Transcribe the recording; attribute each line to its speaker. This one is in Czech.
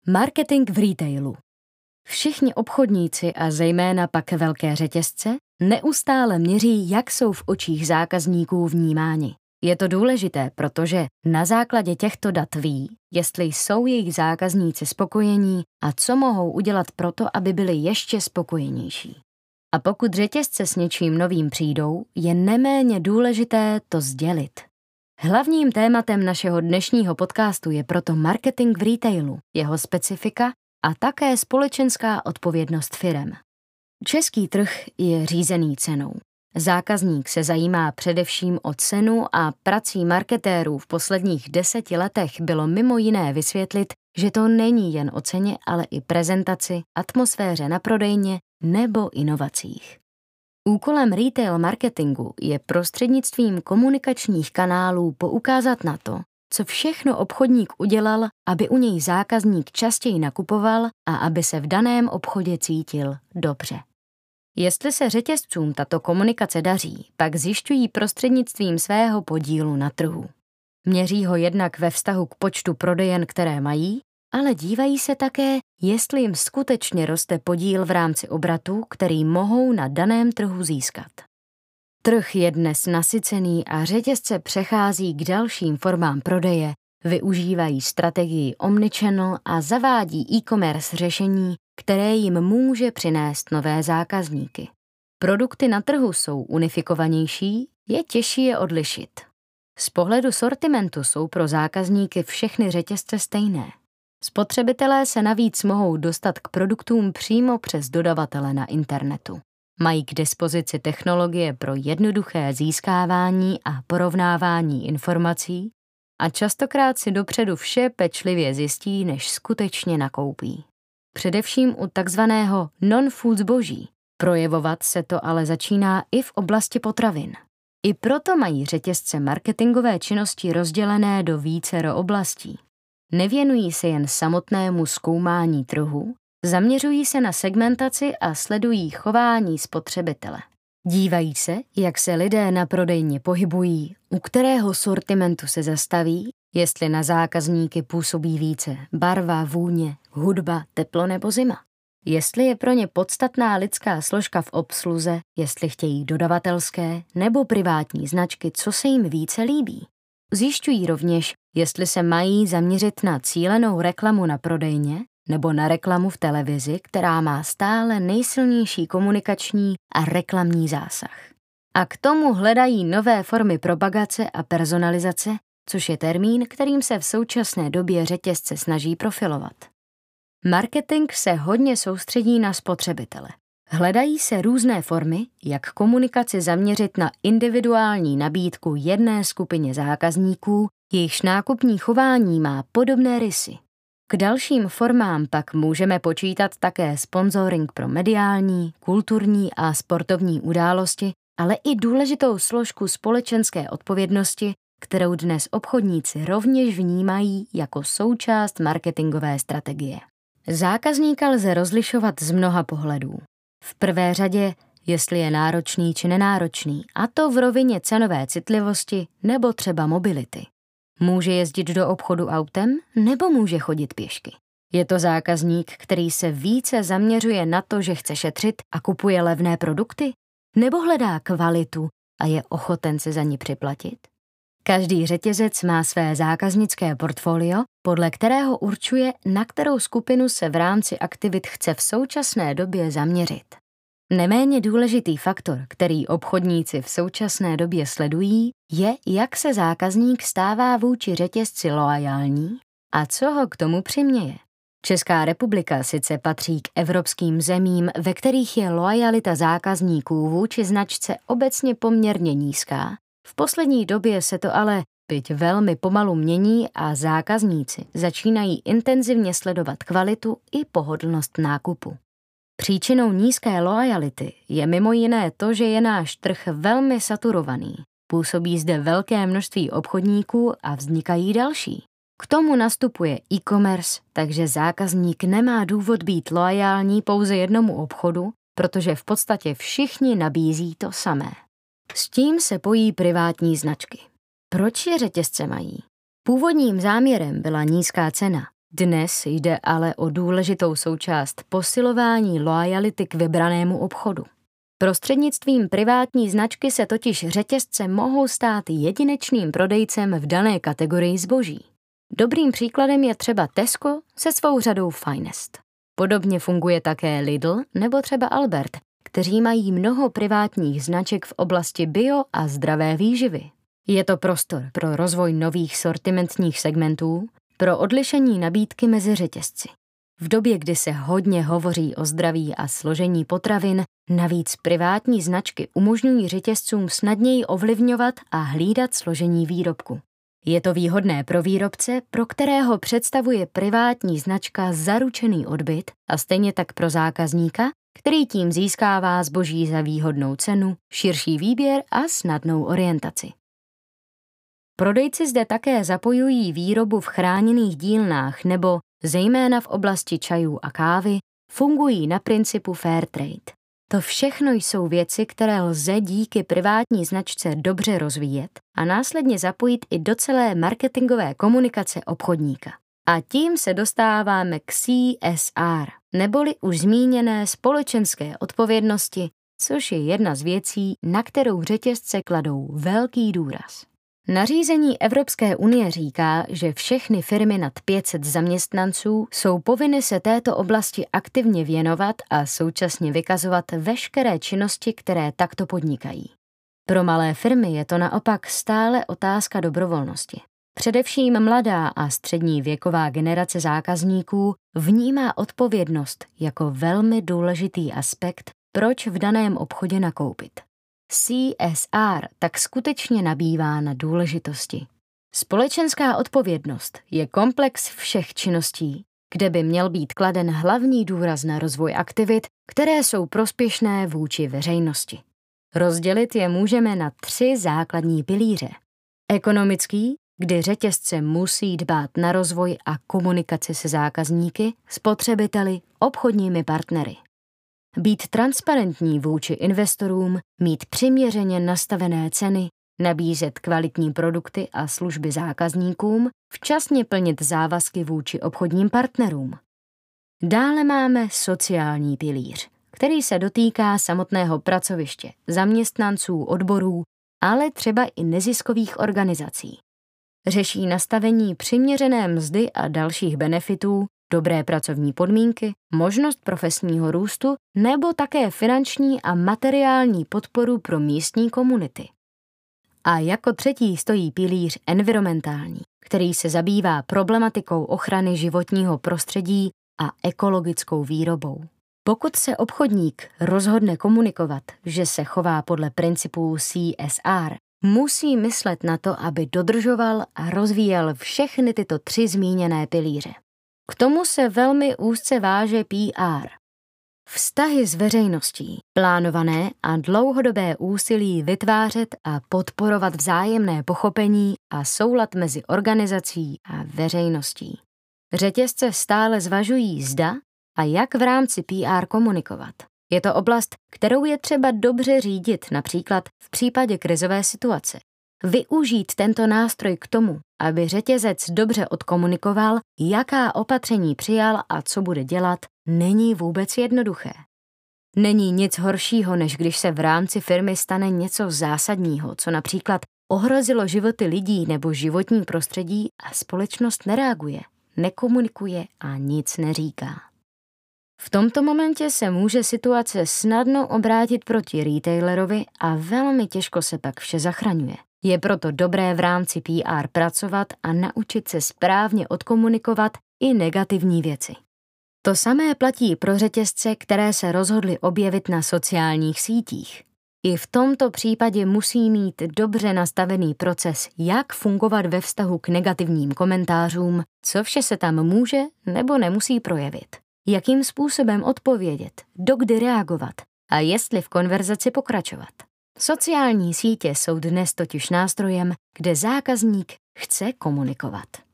Speaker 1: Marketing v retailu. Všichni obchodníci a zejména pak velké řetězce neustále měří, jak jsou v očích zákazníků vnímáni. Je to důležité, protože na základě těchto dat ví, jestli jsou jejich zákazníci spokojení a co mohou udělat proto, aby byli ještě spokojenější. A pokud řetězce s něčím novým přijdou, je neméně důležité to sdělit. Hlavním tématem našeho dnešního podcastu je proto marketing v retailu, jeho specifika a také společenská odpovědnost firem. Český trh je řízený cenou. Zákazník se zajímá především o cenu a prací marketérů v posledních 10 letech bylo mimo jiné vysvětlit, že to není jen o ceně, ale i prezentaci, atmosféře na prodejně nebo inovacích. Úkolem retail marketingu je prostřednictvím komunikačních kanálů poukázat na to, co všechno obchodník udělal, aby u něj zákazník častěji nakupoval a aby se v daném obchodě cítil dobře. Jestli se řetězcům tato komunikace daří, pak zjišťují prostřednictvím svého podílu na trhu. Měří ho jednak ve vztahu k počtu prodejen, které mají, ale dívají se také, jestli jim skutečně roste podíl v rámci obratu, který mohou na daném trhu získat. Trh je dnes nasycený a řetězce přechází k dalším formám prodeje, využívají strategii omnichannel a zavádí e-commerce řešení, které jim může přinést nové zákazníky. Produkty na trhu jsou unifikovanější, je těžší je odlišit. Z pohledu sortimentu jsou pro zákazníky všechny řetězce stejné. Spotřebitelé se navíc mohou dostat k produktům přímo přes dodavatele na internetu. Mají k dispozici technologie pro jednoduché získávání a porovnávání informací a častokrát si dopředu vše pečlivě zjistí, než skutečně nakoupí. Především u takzvaného non-food zboží. Projevovat se to ale začíná i v oblasti potravin. I proto mají řetězce marketingové činnosti rozdělené do vícero oblastí. Nevěnují se jen samotnému zkoumání trhu, zaměřují se na segmentaci a sledují chování spotřebitele. Dívají se, jak se lidé na prodejně pohybují, u kterého sortimentu se zastaví, jestli na zákazníky působí více barva, vůně, hudba, teplo nebo zima. Jestli je pro ně podstatná lidská složka v obsluze, jestli chtějí dodavatelské nebo privátní značky, co se jim více líbí. Zjišťují rovněž, jestli se mají zaměřit na cílenou reklamu na prodejně nebo na reklamu v televizi, která má stále nejsilnější komunikační a reklamní zásah. A k tomu hledají nové formy propagace a personalizace, což je termín, kterým se v současné době řetězce snaží profilovat. Marketing se hodně soustředí na spotřebitele. Hledají se různé formy, jak komunikaci zaměřit na individuální nabídku jedné skupině zákazníků, jejichž nákupní chování má podobné rysy. K dalším formám pak můžeme počítat také sponsoring pro mediální, kulturní a sportovní události, ale i důležitou složku společenské odpovědnosti, kterou dnes obchodníci rovněž vnímají jako součást marketingové strategie. Zákazníka lze rozlišovat z mnoha pohledů. V prvé řadě, jestli je náročný či nenáročný, a to v rovině cenové citlivosti nebo třeba mobility. Může jezdit do obchodu autem nebo může chodit pěšky. Je to zákazník, který se více zaměřuje na to, že chce šetřit a kupuje levné produkty? Nebo hledá kvalitu a je ochoten se za ní připlatit? Každý řetězec má své zákaznické portfolio, podle kterého určuje, na kterou skupinu se v rámci aktivit chce v současné době zaměřit. Neméně důležitý faktor, který obchodníci v současné době sledují, je, jak se zákazník stává vůči řetězci loajální a co ho k tomu přiměje. Česká republika sice patří k evropským zemím, ve kterých je loajalita zákazníků vůči značce obecně poměrně nízká. V poslední době se to ale, byť velmi pomalu mění a zákazníci začínají intenzivně sledovat kvalitu i pohodlnost nákupu. Příčinou nízké loajality je mimo jiné to, že je náš trh velmi saturovaný. Působí zde velké množství obchodníků a vznikají další. K tomu nastupuje e-commerce, takže zákazník nemá důvod být loajální pouze jednomu obchodu, protože v podstatě všichni nabízí to samé. S tím se pojí privátní značky. Proč je řetězce mají? Původním záměrem byla nízká cena, Dnes jde ale o důležitou součást posilování loajality k vybranému obchodu. Prostřednictvím privátní značky se totiž řetězce mohou stát jedinečným prodejcem v dané kategorii zboží. Dobrým příkladem je třeba Tesco se svou řadou Finest. Podobně funguje také Lidl nebo třeba Albert, kteří mají mnoho privátních značek v oblasti bio a zdravé výživy. Je to prostor pro rozvoj nových sortimentních segmentů, pro odlišení nabídky mezi řetězci. V době, kdy se hodně hovoří o zdraví a složení potravin, navíc privátní značky umožňují řetězcům snadněji ovlivňovat a hlídat složení výrobku. Je to výhodné pro výrobce, pro kterého představuje privátní značka zaručený odbyt, a stejně tak pro zákazníka, který tím získává zboží za výhodnou cenu, širší výběr a snadnou orientaci. Prodejci zde také zapojují výrobu v chráněných dílnách nebo, zejména v oblasti čajů a kávy, fungují na principu fair trade. To všechno jsou věci, které lze díky privátní značce dobře rozvíjet a následně zapojit i do celé marketingové komunikace obchodníka. A tím se dostáváme k CSR, neboli už zmíněné společenské odpovědnosti, což je jedna z věcí, na kterou řetězce kladou velký důraz. Nařízení Evropské unie říká, že všechny firmy nad 500 zaměstnanců jsou povinny se této oblasti aktivně věnovat a současně vykazovat veškeré činnosti, které takto podnikají. Pro malé firmy je to naopak stále otázka dobrovolnosti. Především mladá a střední věková generace zákazníků vnímá odpovědnost jako velmi důležitý aspekt, proč v daném obchodě nakoupit. CSR tak skutečně nabývá na důležitosti. Společenská odpovědnost je komplex všech činností, kde by měl být kladen hlavní důraz na rozvoj aktivit, které jsou prospěšné vůči veřejnosti. Rozdělit je můžeme na 3 základní pilíře. Ekonomický, kdy řetězce musí dbát na rozvoj a komunikaci se zákazníky, spotřebiteli, obchodními partnery. Být transparentní vůči investorům, mít přiměřeně nastavené ceny, nabízet kvalitní produkty a služby zákazníkům, včasně plnit závazky vůči obchodním partnerům. Dále máme sociální pilíř, který se dotýká samotného pracoviště, zaměstnanců, odborů, ale třeba i neziskových organizací. Řeší nastavení přiměřené mzdy a dalších benefitů, dobré pracovní podmínky, možnost profesního růstu nebo také finanční a materiální podporu pro místní komunity. A jako třetí stojí pilíř environmentální, který se zabývá problematikou ochrany životního prostředí a ekologickou výrobou. Pokud se obchodník rozhodne komunikovat, že se chová podle principů CSR, musí myslet na to, aby dodržoval a rozvíjel všechny tyto 3 zmíněné pilíře. K tomu se velmi úzce váže PR. Vztahy s veřejností, plánované a dlouhodobé úsilí vytvářet a podporovat vzájemné pochopení a soulad mezi organizací a veřejností. Řetězce stále zvažují, zda a jak v rámci PR komunikovat. Je to oblast, kterou je třeba dobře řídit, například v případě krizové situace. Využít tento nástroj k tomu, aby řetězec dobře odkomunikoval, jaká opatření přijal a co bude dělat, není vůbec jednoduché. Není nic horšího, než když se v rámci firmy stane něco zásadního, co například ohrozilo životy lidí nebo životní prostředí a společnost nereaguje, nekomunikuje a nic neříká. V tomto momentě se může situace snadno obrátit proti retailerovi a velmi těžko se pak vše zachraňuje. Je proto dobré v rámci PR pracovat a naučit se správně odkomunikovat i negativní věci. To samé platí pro řetězce, které se rozhodly objevit na sociálních sítích. I v tomto případě musí mít dobře nastavený proces, jak fungovat ve vztahu k negativním komentářům, co vše se tam může nebo nemusí projevit, jakým způsobem odpovědět, dokdy reagovat a jestli v konverzaci pokračovat. Sociální sítě jsou dnes totiž nástrojem, kde zákazník chce komunikovat.